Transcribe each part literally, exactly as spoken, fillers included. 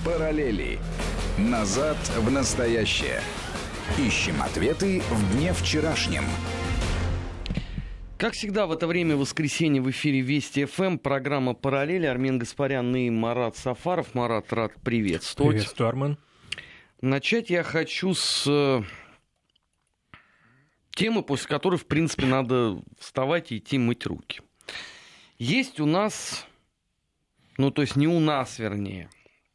Параллели. Назад в настоящее. Ищем ответы в дне вчерашнем. Как всегда, в это время воскресенье в эфире Вести ФМ, программа «Параллели». Армен Гаспарян и Марат Сафаров. Марат, рад приветствовать. Приветствую, Армен. Начать я хочу с темы, после которой, в принципе, надо вставать и идти мыть руки. Есть у нас, ну, то есть не у нас, вернее,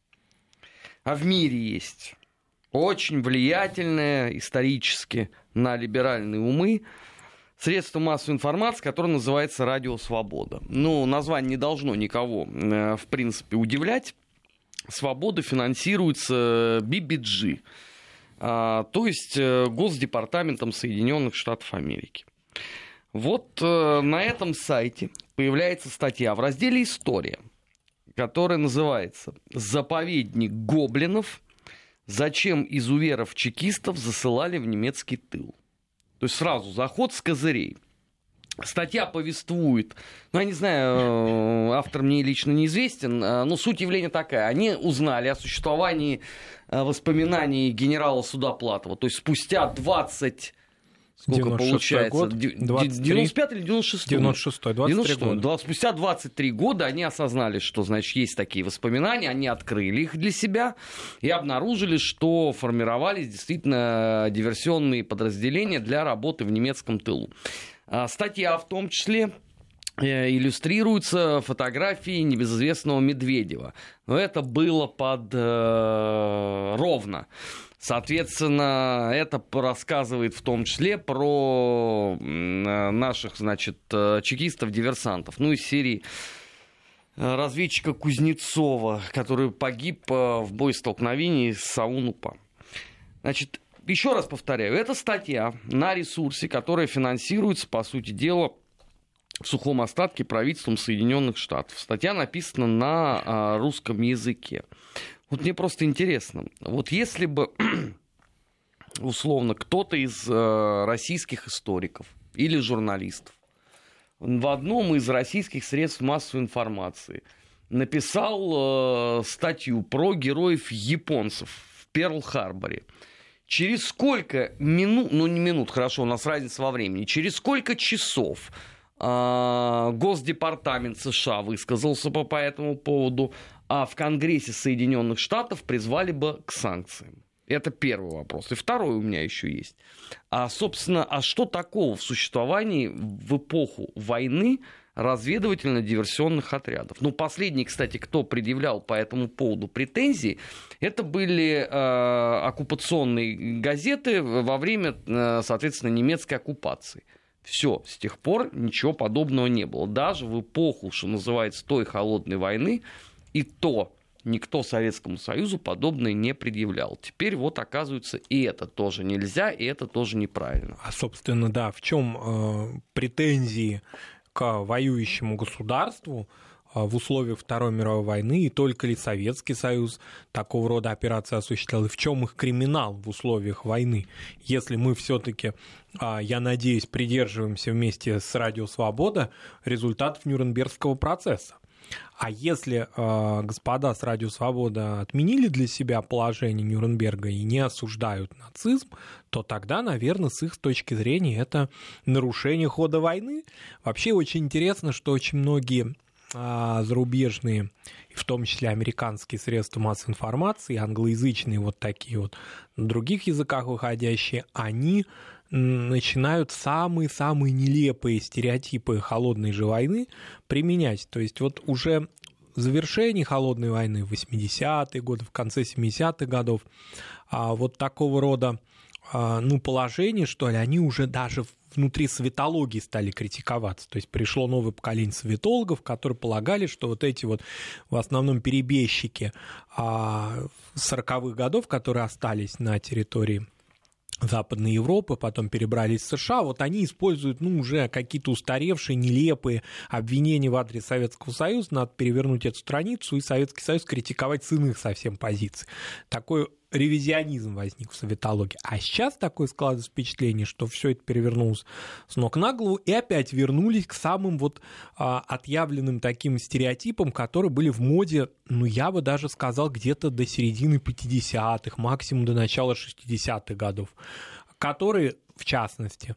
а в мире есть очень влиятельное исторически на либеральные умы средство массовой информации, которое называется «Радио Свобода». Ну, название не должно никого, в принципе, удивлять. «Свобода» финансируется би би джи, то есть Госдепартаментом Соединенных Штатов Америки. Вот на этом сайте появляется статья в разделе «История», которая называется «Заповедник гоблинов. Зачем изуверов-чекистов засылали в немецкий тыл». То есть сразу заход с козырей. Статья повествует, ну, я не знаю, автор мне лично неизвестен, но суть явления такая. Они узнали о существовании воспоминаний генерала Судоплатова. То есть спустя двадцать... Сколько получается? Год, девяносто пятый или девяносто шестой? девяносто шестой, двадцать три года. Спустя двадцать три года они осознали, что, значит, есть такие воспоминания, они открыли их для себя и обнаружили, что формировались действительно диверсионные подразделения для работы в немецком тылу. Статья в том числе иллюстрируется фотографией небезызвестного Медведева. Но это было под э, ровно. Соответственно, это рассказывает в том числе про наших, значит, чекистов-диверсантов. Ну, из серии разведчика Кузнецова, который погиб в боестолкновении с Саун-Упа. Значит, еще раз повторяю, это статья на ресурсе, которая финансируется, по сути дела, в сухом остатке правительством Соединенных Штатов. Статья написана на русском языке. Вот мне просто интересно, вот если бы, условно, кто-то из э, российских историков или журналистов в одном из российских средств массовой информации написал э, статью про героев-японцев в Перл-Харборе, через сколько минут, ну не минут, хорошо, у нас разница во времени, через сколько часов э, Госдепартамент США высказался по, по этому поводу, а в Конгрессе Соединенных Штатов призвали бы к санкциям? Это первый вопрос. И второй у меня еще есть. А, собственно, а что такого в существовании в эпоху войны разведывательно-диверсионных отрядов? Ну, последний, кстати, кто предъявлял по этому поводу претензии, это были э, оккупационные газеты во время, э, соответственно, немецкой оккупации. Все, с тех пор ничего подобного не было. Даже в эпоху, что называется, той холодной войны, и то никто Советскому Союзу подобное не предъявлял. Теперь вот, оказывается, и это тоже нельзя, и это тоже неправильно. А, собственно, да, в чем э, претензии к воюющему государству э, в условиях Второй мировой войны, и только ли Советский Союз такого рода операции осуществлял, и в чем их криминал в условиях войны? Если мы все-таки, э, я надеюсь, придерживаемся вместе с Радио Свобода результатов Нюрнбергского процесса. А если э, господа с Радио Свобода отменили для себя положение Нюрнберга и не осуждают нацизм, то тогда, наверное, с их точки зрения это нарушение хода войны. Вообще очень интересно, что очень многие э, зарубежные, и в том числе американские средства массовой информации, англоязычные вот такие вот, на других языках выходящие, они начинают самые-самые нелепые стереотипы холодной же войны применять. То есть вот уже в завершении холодной войны в восьмидесятые годы, в конце семидесятых годов, вот такого рода ну, положения, что ли, они уже даже внутри советологии стали критиковаться. То есть пришло новое поколение советологов, которые полагали, что вот эти вот в основном перебежчики сороковых годов, которые остались на территории Западной Европы, потом перебрались в США, вот они используют, ну, уже какие-то устаревшие, нелепые обвинения в адрес Советского Союза, надо перевернуть эту страницу и Советский Союз критиковать с иных совсем позиций. Такое ревизионизм возник в советологии. А сейчас такое складывается впечатление, что все это перевернулось с ног на голову, и опять вернулись к самым вот а, отъявленным таким стереотипам, которые были в моде, ну, я бы даже сказал, где-то до середины пятидесятых, максимум до начала шестидесятых годов, которые, в частности,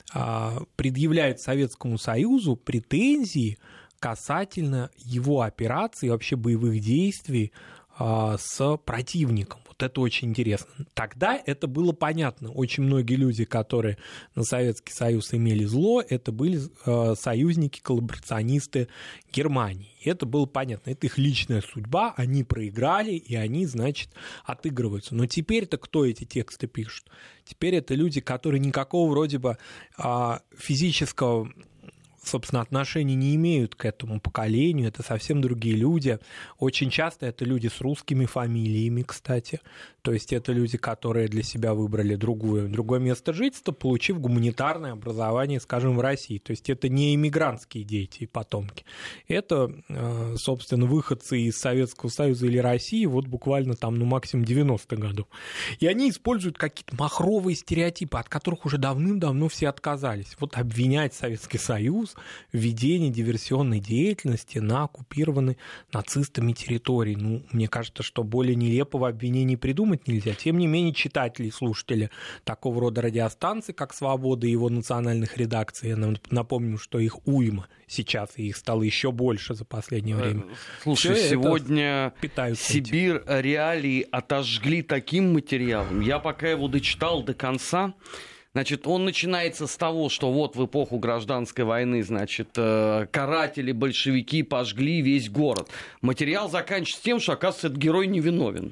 а, предъявляют Советскому Союзу претензии касательно его операций, вообще боевых действий а, с противником. Вот это очень интересно. Тогда это было понятно. Очень многие люди, которые на Советский Союз имели зло, это были э, союзники, коллаборационисты Германии. И это было понятно. Это их личная судьба, они проиграли, и они, значит, отыгрываются. Но теперь-то кто эти тексты пишет? Теперь это люди, которые никакого вроде бы э, физического, собственно, отношения не имеют к этому поколению, это совсем другие люди. Очень часто это люди с русскими фамилиями, кстати. То есть это люди, которые для себя выбрали другое, другое место жительства, получив гуманитарное образование, скажем, в России. То есть это не иммигрантские дети и потомки. Это, собственно, выходцы из Советского Союза или России вот буквально там, ну, максимум девяностых годов. И они используют какие-то махровые стереотипы, от которых уже давным-давно все отказались. Вот обвинять Советский Союз в ведении диверсионной деятельности на оккупированной нацистами территории. Ну, мне кажется, что более нелепого обвинения придумать нельзя. Тем не менее, читатели и слушатели такого рода радиостанций, как «Свобода» и его национальных редакций, я напомню, что их уйма сейчас, и их стало еще больше за последнее время. Слушай, Всё сегодня Сибирь реалии отожгли таким материалом. Я пока его дочитал до конца. Значит, он начинается с того, что вот в эпоху гражданской войны, значит, каратели, большевики пожгли весь город. Материал заканчивается тем, что, оказывается, этот герой невиновен.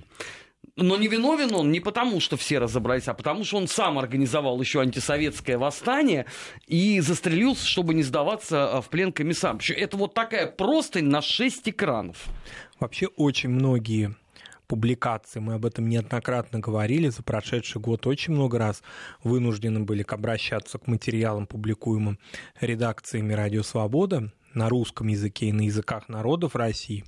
Но не виновен он не потому, что все разобрались, а потому, что он сам организовал еще антисоветское восстание и застрелился, чтобы не сдаваться в плен комиссарам. Это вот такая простынь на шесть экранов. Вообще очень многие публикации, мы об этом неоднократно говорили, за прошедший год очень много раз вынуждены были обращаться к материалам, публикуемым редакциями «Радио Свобода» на русском языке и на языках народов России.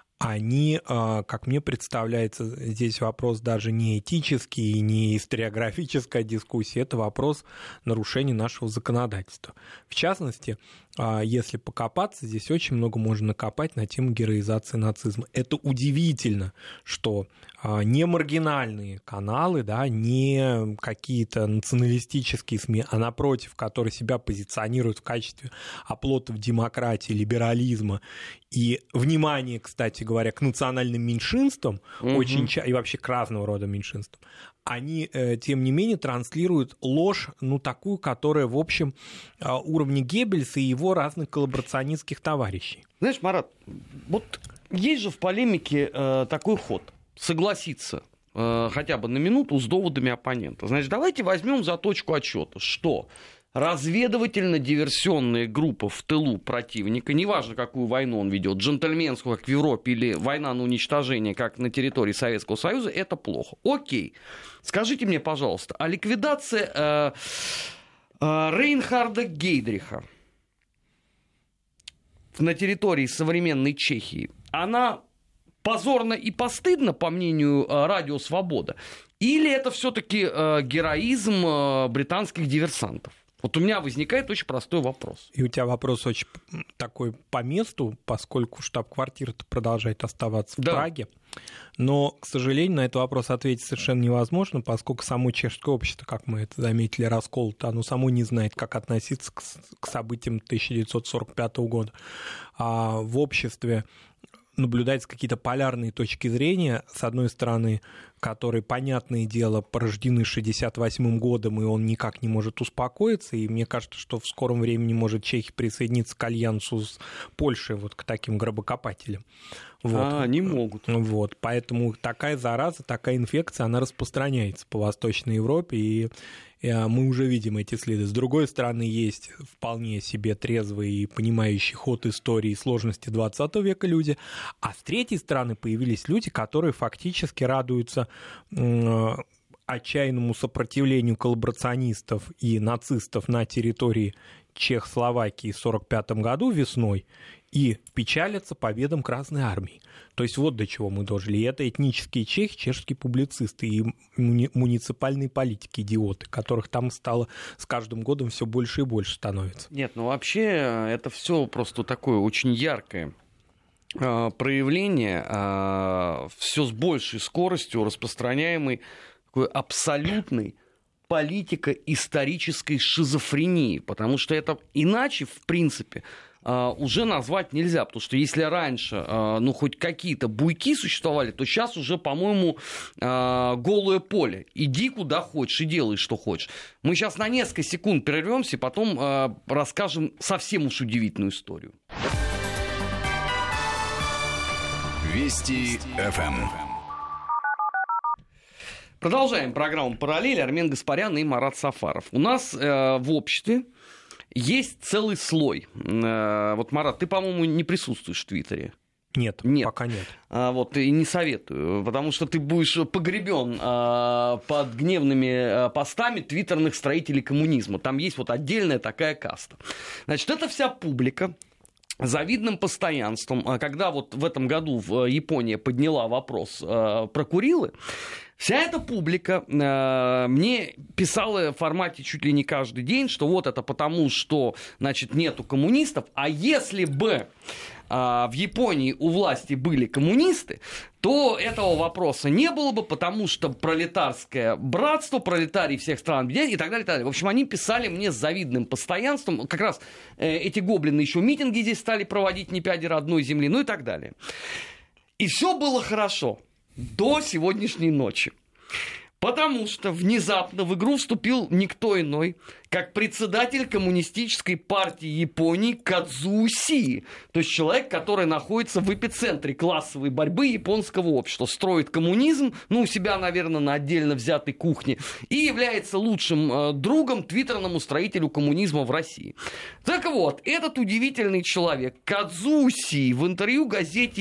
Они, как мне представляется, здесь вопрос даже не этический и не историографическая дискуссия, это вопрос нарушения нашего законодательства. В частности, если покопаться, здесь очень много можно накопать на тему героизации нацизма. Это удивительно, что не маргинальные каналы, да, не какие-то националистические СМИ, а напротив, которые себя позиционируют в качестве оплотов демократии, либерализма и внимания, кстати говоря, к национальным меньшинствам, угу. очень ча- и вообще к разного рода меньшинствам, они, тем не менее, транслируют ложь, ну, такую, которая, в общем, уровня Геббельса и его разных коллаборационистских товарищей. Знаешь, Марат, вот есть же в полемике э, такой ход. Согласиться э, хотя бы на минуту с доводами оппонента. Значит, давайте возьмем за точку отсчета, что разведывательно-диверсионная группа в тылу противника, неважно, какую войну он ведет, джентльменскую, как в Европе, или война на уничтожение, как на территории Советского Союза, это плохо. Окей. Скажите мне, пожалуйста, а ликвидация э, э, Рейнхарда Гейдриха на территории современной Чехии, она позорна и постыдна, по мнению э, Радио Свобода, или это все-таки э, героизм э, британских диверсантов? Вот у меня возникает очень простой вопрос. И у тебя вопрос очень такой по месту, поскольку штаб-квартира-то продолжает оставаться в да. Праге. Но, к сожалению, на этот вопрос ответить совершенно невозможно, поскольку само чешское общество, как мы это заметили, расколото, оно само не знает, как относиться к, к событиям тысяча девятьсот сорок пятого года. А в обществе наблюдаются какие-то полярные точки зрения, с одной стороны, которые, понятное дело, порождены шестьдесят восьмым годом, и он никак не может успокоиться, и мне кажется, что в скором времени может Чехия присоединиться к альянсу с Польшей, вот к таким гробокопателям. Вот. А, они могут. Вот, поэтому такая зараза, такая инфекция, она распространяется по Восточной Европе, и мы уже видим эти следы. С другой стороны, есть вполне себе трезвые и понимающие ход истории и сложности двадцатого века люди, а с третьей стороны появились люди, которые фактически радуются отчаянному сопротивлению коллаборационистов и нацистов на территории Чехословакии в сорок пятом году весной и печалятся победам Красной Армии. То есть вот до чего мы дожили. И это этнические чехи, чешские публицисты и муни- муниципальные политики, идиоты, которых там стало с каждым годом все больше и больше становится. Нет, ну вообще это все просто такое очень яркое э, проявление, э, все с большей скоростью распространяемой такой абсолютной политико-исторической шизофрении, потому что это иначе, в принципе, уже назвать нельзя, потому что если раньше, ну, хоть какие-то буйки существовали, то сейчас уже, по-моему, голое поле. Иди куда хочешь и делай, что хочешь. Мы сейчас на несколько секунд прервемся и потом расскажем совсем уж удивительную историю. Вести эф эм. Продолжаем программу «Параллель». Армен Гаспарян и Марат Сафаров. У нас э, в обществе есть целый слой. Э, вот, Марат, ты, по-моему, не присутствуешь в Твиттере. Нет, нет, пока нет. А, вот, и не советую, потому что ты будешь погребен а, под гневными а, постами твиттерных строителей коммунизма. Там есть вот отдельная такая каста. Значит, это вся публика с завидным постоянством. Когда вот в этом году Япония подняла вопрос а, про Курилы, вся эта публика э, мне писала в формате чуть ли не каждый день, что вот это потому, что, значит, нету коммунистов, а если бы э, в Японии у власти были коммунисты, то этого вопроса не было бы, потому что пролетарское братство, пролетарии всех стран и так далее, и так далее. В общем, они писали мне с завидным постоянством. Как раз э, эти гоблины еще митинги здесь стали проводить не пяди родной земли, ну и так далее. И все было хорошо. До сегодняшней ночи. Потому что внезапно в игру вступил никто иной, как председатель коммунистической партии Японии Кадзуо Сии. То есть человек, который находится в эпицентре классовой борьбы японского общества. Строит коммунизм, ну, у себя, наверное, на отдельно взятой кухне. И является лучшим э, другом твиттерному строителю коммунизма в России. Так вот, этот удивительный человек Кадзуо Сии в интервью газете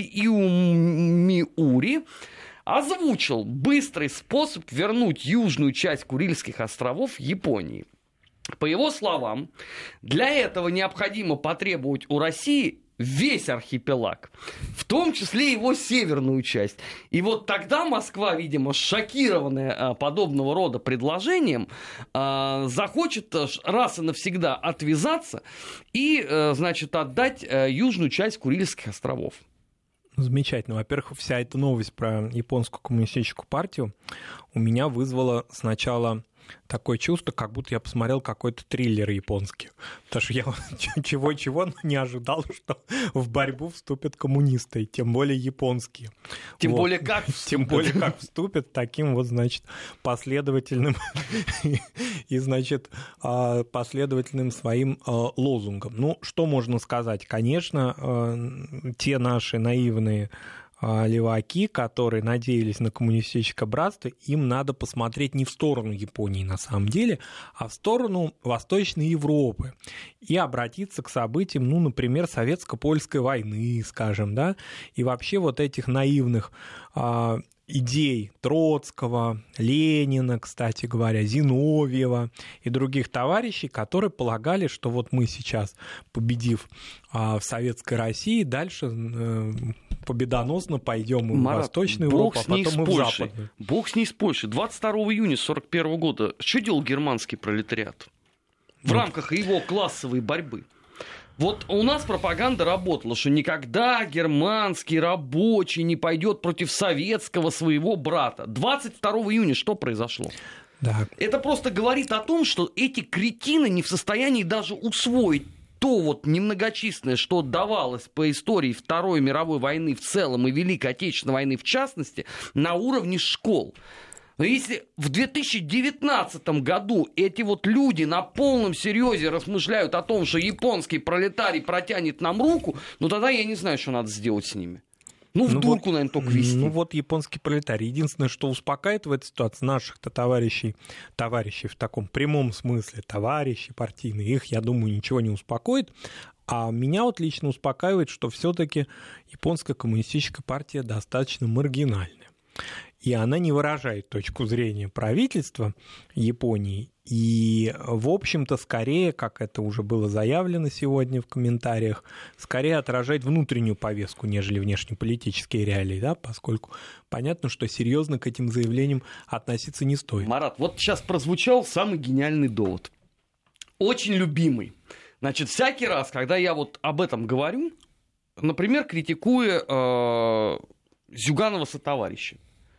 Иумиури озвучил быстрый способ вернуть южную часть Курильских островов Японии. По его словам, для этого необходимо потребовать у России весь архипелаг, в том числе его северную часть. И вот тогда Москва, видимо, шокированная подобного рода предложением, захочет раз и навсегда отвязаться и, значит, отдать южную часть Курильских островов. Замечательно. Во-первых, вся эта новость про японскую коммунистическую партию у меня вызвала сначала такое чувство, как будто я посмотрел какой-то триллер японский. Потому что я чего-чего не ожидал, что в борьбу вступят коммунисты, тем более японские. Тем вот. более как вступят. Тем более как вступят таким вот, значит, последовательным и, значит, последовательным своим лозунгом. Ну, что можно сказать? Конечно, те наши наивные леваки, которые надеялись на коммунистическое братство, им надо посмотреть не в сторону Японии на самом деле, а в сторону Восточной Европы и обратиться к событиям, ну, например, Советско-Польской войны, скажем, да, и вообще вот этих наивных а, идей Троцкого, Ленина, кстати говоря, Зиновьева и других товарищей, которые полагали, что вот мы сейчас, победив а, в Советской России, дальше э, победоносно пойдем в Марат, Восточную Европу, а потом и в Западную. Бог с ней с Польшей. двадцать второго июня сорок первого года что делал германский пролетариат в ну. рамках его классовой борьбы? Вот у нас пропаганда работала, что никогда германский рабочий не пойдет против советского своего брата. двадцать второго июня что произошло? Да. Это просто говорит о том, что эти кретины не в состоянии даже усвоить то вот немногочисленное, что давалось по истории Второй мировой войны в целом и Великой Отечественной войны в частности, на уровне школ. Но если в две тысячи девятнадцатом году эти вот люди на полном серьезе размышляют о том, что японский пролетарий протянет нам руку, ну тогда я не знаю, что надо сделать с ними. Ну, в ну дурку, вот, наверное, только вести. Ну, вот японский пролетарий. Единственное, что успокаивает в этой ситуации наших-то товарищей, товарищей в таком прямом смысле, товарищи партийные, их, я думаю, ничего не успокоит. А меня вот лично успокаивает, что все-таки японская коммунистическая партия достаточно маргинальная. и она не выражает точку зрения правительства Японии. И, в общем-то, скорее, как это уже было заявлено сегодня в комментариях, скорее отражает внутреннюю повестку, нежели внешнеполитические реалии, да, поскольку понятно, что серьезно к этим заявлениям относиться не стоит. Марат, вот сейчас прозвучал самый гениальный довод. Очень любимый. Значит, всякий раз, когда я вот об этом говорю, например, критикуя э, Зюганова сотоварища,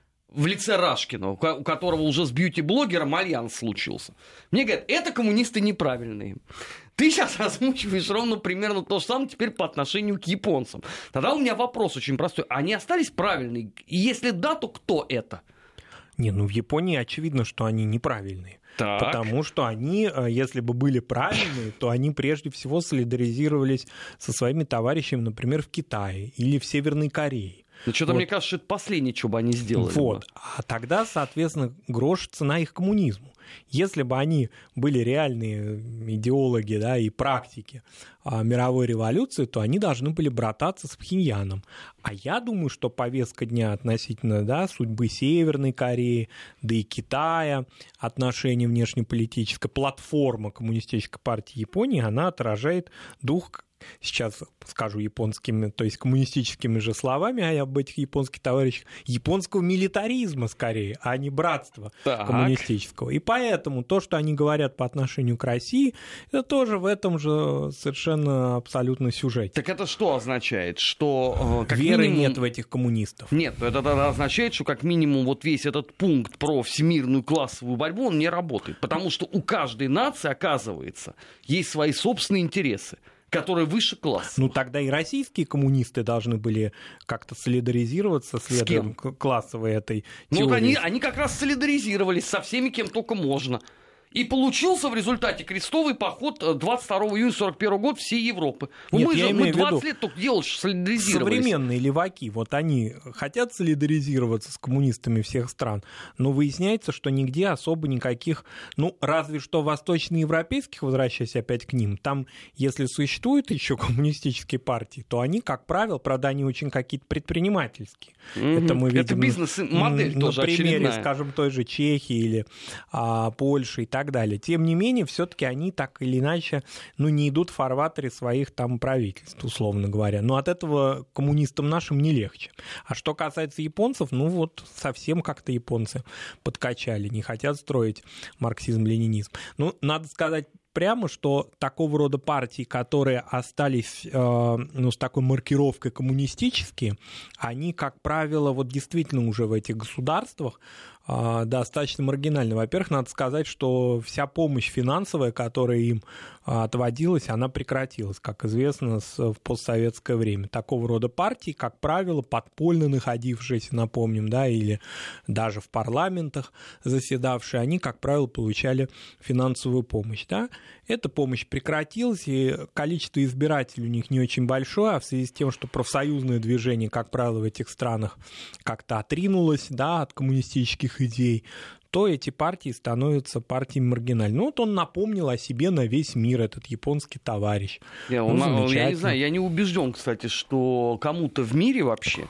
в лице Рашкина, у которого уже с бьюти-блогером альянс случился. Мне говорят, это коммунисты неправильные. Ты сейчас озвучиваешь ровно примерно то же самое теперь по отношению к японцам. Тогда у меня вопрос очень простой. Они остались правильные? И если да, то кто это? Не, ну в Японии очевидно, что они неправильные. Так. Потому что они, если бы были правильные, то они прежде всего солидаризировались со своими товарищами, например, в Китае или в Северной Корее. Ну, что-то вот. Мне кажется, что это последнее, что бы они сделали. Вот. А тогда, соответственно, грош цена их коммунизму. Если бы они были реальные идеологи, да, и практики а, мировой революции, то они должны были брататься с Пхеньяном. А я думаю, что повестка дня относительно, да, судьбы Северной Кореи, да и Китая, отношения внешнеполитической, платформа Коммунистической партии Японии, она отражает дух, сейчас скажу японскими, то есть коммунистическими же словами, а я об этих японских товарищах, японского милитаризма скорее, а не братства так. коммунистического. И поэтому то, что они говорят по отношению к России, это тоже в этом же совершенно абсолютно сюжете. Так это что означает? Что как веры минимум... нет в этих коммунистов. Нет, это тогда означает, что как минимум вот весь этот пункт про всемирную классовую борьбу, он не работает. Потому что у каждой нации, оказывается, есть свои собственные интересы, которые выше класса. Ну, тогда и российские коммунисты должны были как-то солидаризироваться с следом классовой этой теории. Ну, вот они, они как раз солидаризировались со всеми, кем только можно. И получился в результате крестовый поход двадцать второго июня сорок первого года всей Европы. Нет, мы же мы двадцать виду, лет только делали, что солидаризировались. Современные леваки, вот они хотят солидаризироваться с коммунистами всех стран, но выясняется, что нигде особо никаких, ну, разве что восточноевропейских, возвращаясь опять к ним, там, если существуют еще коммунистические партии, то они, как правило, правда, они очень какие-то предпринимательские. Mm-hmm. Это мы видим. Это бизнес-модель на, тоже на примере, очередная. скажем, той же Чехии или а, Польши и так так далее. Тем не менее, все-таки они так или иначе, ну, не идут в фарватере своих там правительств, условно говоря. Но от этого коммунистам нашим не легче. А что касается японцев, ну вот совсем как-то японцы подкачали, не хотят строить марксизм-ленинизм. Ну, надо сказать прямо, что такого рода партии, которые остались э, ну, с такой маркировкой коммунистические, они, как правило, вот действительно уже в этих государствах э, достаточно маргинальны. Во-первых, надо сказать, что вся помощь финансовая, которая им э, отводилась, она прекратилась, как известно, с, в постсоветское время. Такого рода партии, как правило, подпольно находившиеся, напомним, да, или даже в парламентах заседавшие, они, как правило, получали финансовую помощь, да. Эта помощь прекратилась, и количество избирателей у них не очень большое, а в связи с тем, что профсоюзное движение, как правило, в этих странах как-то отринулось, да, от коммунистических идей, то эти партии становятся партиями маргинальными. Ну, вот он напомнил о себе на весь мир, этот японский товарищ. Я, ну, он, я не знаю, я не убежден, кстати, что кому-то в мире вообще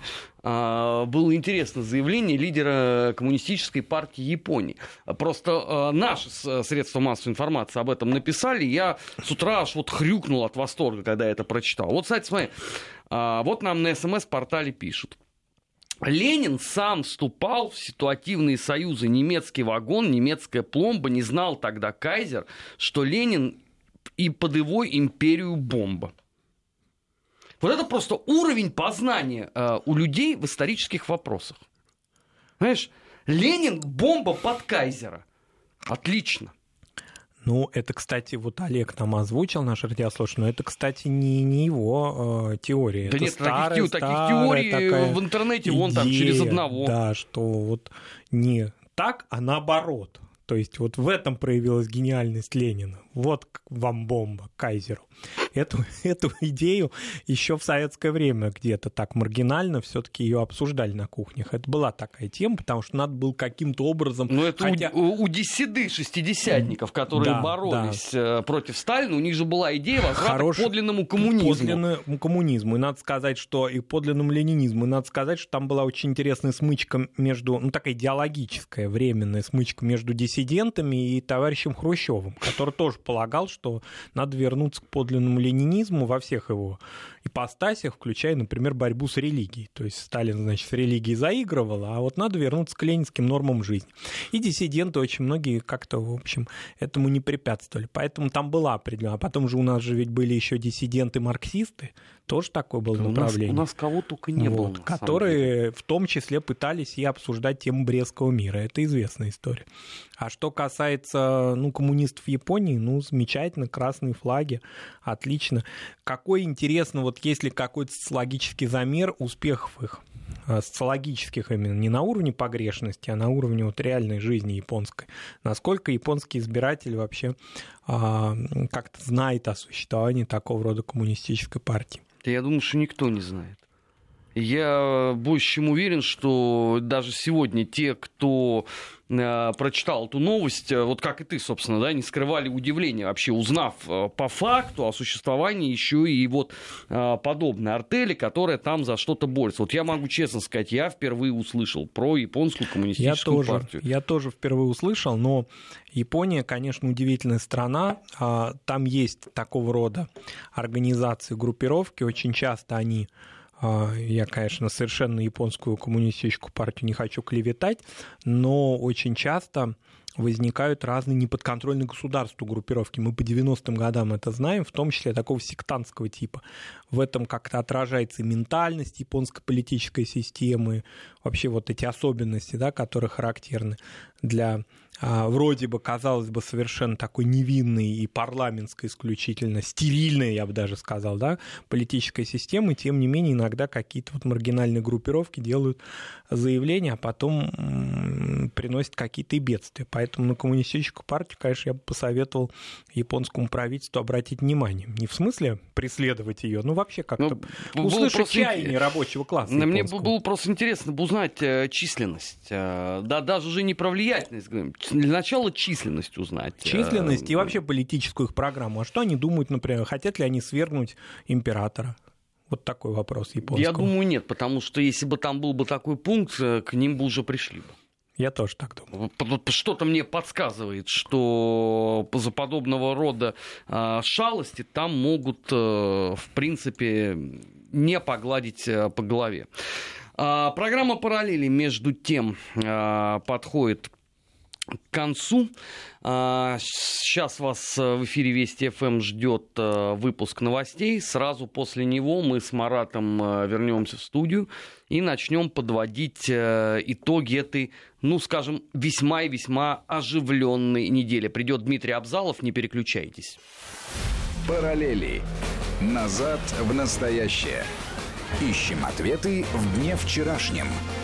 а, было интересно заявление лидера коммунистической партии Японии. Просто а, наши средства массовой информации об этом написали, я с утра аж вот хрюкнул от восторга, когда я это прочитал. Вот, кстати, смотри, а, вот нам на эс эм эс-портале пишут. Ленин сам вступал в ситуативные союзы. Немецкий вагон, немецкая пломба. Не знал тогда кайзер, что Ленин и под его империю бомба. Вот это просто уровень познания э, у людей в исторических вопросах. Знаешь, Ленин бомба под кайзера. Отлично. Ну, это, кстати, вот Олег нам озвучил, наш радиослушатель, но это, кстати, не, не его э, теория. Да это нет, старая, таких, старая таких теорий такая в интернете идея, вон там через одного. Да, что вот не так, а наоборот. То есть вот в этом проявилась гениальность Ленина. Вот вам бомба, кайзеру. эту, эту идею еще в советское время где-то так маргинально все-таки ее обсуждали на кухнях. Это была такая тема, потому что надо было каким-то образом... Но это хотя... у, у Десиды шестидесятников, которые да, боролись да. против Сталина, у них же была идея возврата Хорош... к подлинному коммунизму. Подлинному коммунизму. И надо сказать, что и подлинному ленинизму. И надо сказать, что там была очень интересная смычка между... Ну, такая идеологическая, временная смычка между диссидентами и товарищем Хрущевым, который тоже полагал, что надо вернуться к подлинному ленинизму во всех его ипостасях, включая, например, борьбу с религией. То есть Сталин, значит, с религией заигрывал, а вот надо вернуться к ленинским нормам жизни. И диссиденты очень многие как-то, в общем, этому не препятствовали. Поэтому там была определенная. А потом же у нас же ведь были еще диссиденты-марксисты, тоже такое было у направление. Нас, у нас кого только не вот, было. Которые в том числе пытались и обсуждать тему Брестского мира. Это известная история. А что касается ну, коммунистов в Японии, ну, замечательно, красные флаги, отлично. Какой интересно, вот есть ли какой-то социологический замер успехов их? Социологических именно, не на уровне погрешности, а на уровне вот реальной жизни японской. Насколько японский избиратель вообще а, как-то знает о существовании такого рода коммунистической партии? Я думаю, что никто не знает. Я больше чем уверен, что даже сегодня те, кто э, прочитал эту новость, вот как и ты, собственно, да, не скрывали удивления вообще, узнав э, по факту о существовании еще и вот э, подобной артели, которая там за что-то борется. Вот я могу честно сказать, я впервые услышал про японскую коммунистическую я тоже, партию. Я тоже впервые услышал, но Япония, конечно, удивительная страна. Там есть такого рода организации, группировки, очень часто они... Я, конечно, совершенно японскую коммунистическую партию не хочу клеветать, но очень часто возникают разные неподконтрольные государству группировки. Мы по девяностым годам это знаем, в том числе такого сектантского типа. В этом как-то отражается и ментальность японской политической системы, вообще вот эти особенности, да, которые характерны для а, вроде бы, казалось бы, совершенно такой невинной и парламентской исключительно, стерильной, я бы даже сказал, да, политической системы, тем не менее иногда какие-то вот маргинальные группировки делают заявления, а потом м- приносят какие-то и бедствия. Поэтому на коммунистическую партию, конечно, я бы посоветовал японскому правительству обратить внимание. Не в смысле преследовать ее, но вообще как-то ну, услышать чаяние рабочего класса Мне японского. Было просто интересно бы узнать э, численность. Э, да, даже уже не про влиятельность, для начала численность узнать. Численность и вообще политическую их программу. А что они думают, например, хотят ли они свергнуть императора? Вот такой вопрос японского. Я думаю, нет, потому что если бы там был бы такой пункт, к ним бы уже пришли бы. Я тоже так думаю. Что-то мне подсказывает, что за подобного рода шалости там могут, в принципе, не погладить по голове. Программа «Параллели» между тем подходит к концу. Сейчас вас в эфире Вести эф эм ждет выпуск новостей. Сразу после него мы с Маратом вернемся в студию и начнем подводить итоги этой, ну, скажем, весьма и весьма оживленной недели. Придет Дмитрий Абзалов, не переключайтесь. Параллели. Назад в настоящее. Ищем ответы в дне вчерашнем.